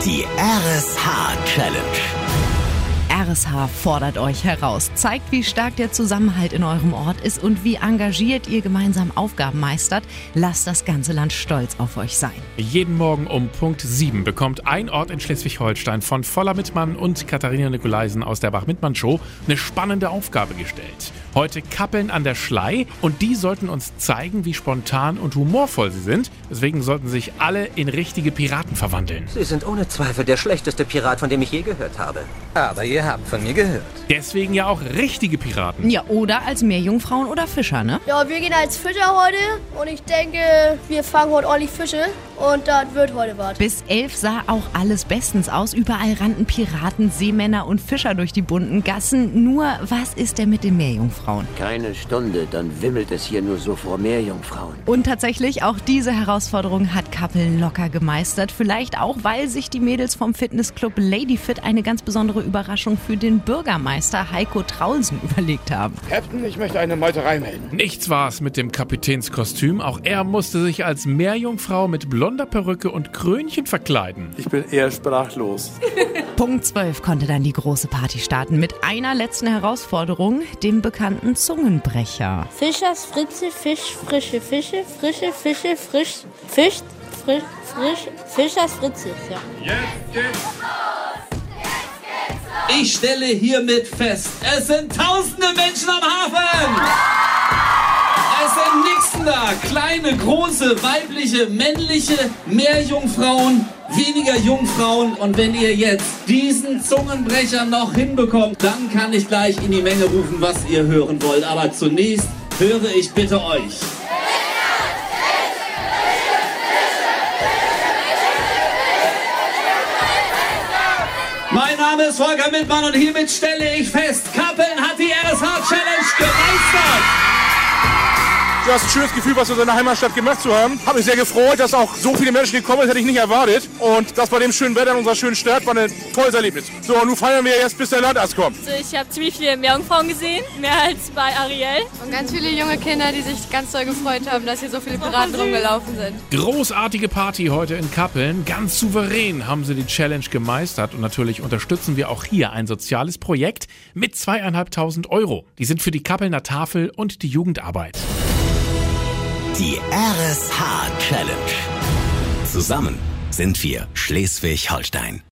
Die RSH-Challenge. RSH fordert euch heraus. Zeigt, wie stark der Zusammenhalt in eurem Ort ist und wie engagiert ihr gemeinsam Aufgaben meistert. Lasst das ganze Land stolz auf euch sein. Jeden Morgen um Punkt 7 bekommt ein Ort in Schleswig-Holstein von Voller Mittmann und Katharina Nikolaisen aus der Bach-Mittmann-Show eine spannende Aufgabe gestellt. Heute Kappeln an der Schlei und die sollten uns zeigen, wie spontan und humorvoll sie sind. Deswegen sollten sich alle in richtige Piraten verwandeln. Sie sind ohne Zweifel der schlechteste Pirat, von dem ich je gehört habe. Aber ihr habt von mir gehört. Deswegen ja auch richtige Piraten. Ja, oder als Meerjungfrauen oder Fischer, ne? Ja, wir gehen als Fischer heute und ich denke, wir fangen heute ordentlich Fische und das wird heute was. Bis 11 sah auch alles bestens aus. Überall rannten Piraten, Seemänner und Fischer durch die bunten Gassen. Nur, was ist denn mit den Meerjungfrauen? Keine Stunde, dann wimmelt es hier nur so vor Meerjungfrauen. Und tatsächlich, auch diese Herausforderung hat Kappeln locker gemeistert. Vielleicht auch, weil sich die Mädels vom Fitnessclub Ladyfit eine ganz besondere Überraschung für den Bürgermeister Heiko Traulsen überlegt haben. Captain, ich möchte eine Meuterei melden. Nichts war's mit dem Kapitänskostüm. Auch er musste sich als Meerjungfrau mit blonder Perücke und Krönchen verkleiden. Ich bin eher sprachlos. Punkt 12 konnte dann die große Party starten mit einer letzten Herausforderung, dem bekannten Zungenbrecher. Fischers Fritze, Fisch, frische Fische, frische Fische, frisch, Fisch, frisch, Fischers Fritze, ja. Jetzt geht's los! Ich stelle hiermit fest, es sind tausende Menschen am Hafen! Es sind Nixen da, kleine, große, weibliche, männliche, Meerjungfrauen, weniger Jungfrauen. Und wenn ihr jetzt diesen Zungenbrecher noch hinbekommt, dann kann ich gleich in die Menge rufen, was ihr hören wollt. Aber zunächst höre ich bitte euch. Mein Name ist Volker Mittmann und hiermit stelle ich fest, Kappeln hat die RSH-Challenge gemeistert. Du hast ein schönes Gefühl, was in deiner Heimatstadt gemacht zu haben. Habe mich sehr gefreut, dass auch so viele Menschen gekommen sind, hätte ich nicht erwartet. Und das bei dem schönen Wetter in unserer schönen Stadt war ein tolles Erlebnis. So, und nun feiern wir jetzt, bis der Landarzt kommt. Also ich habe ziemlich viele Meerjungfrauen gesehen, mehr als bei Ariel. Und ganz viele junge Kinder, die sich ganz doll gefreut haben, dass hier so viele Piraten rumgelaufen sind. Großartige Party heute in Kappeln. Ganz souverän haben sie die Challenge gemeistert. Und natürlich unterstützen wir auch hier ein soziales Projekt mit 2.500 €. Die sind für die Kappelner Tafel und die Jugendarbeit. Die RSH-Challenge. Zusammen sind wir Schleswig-Holstein.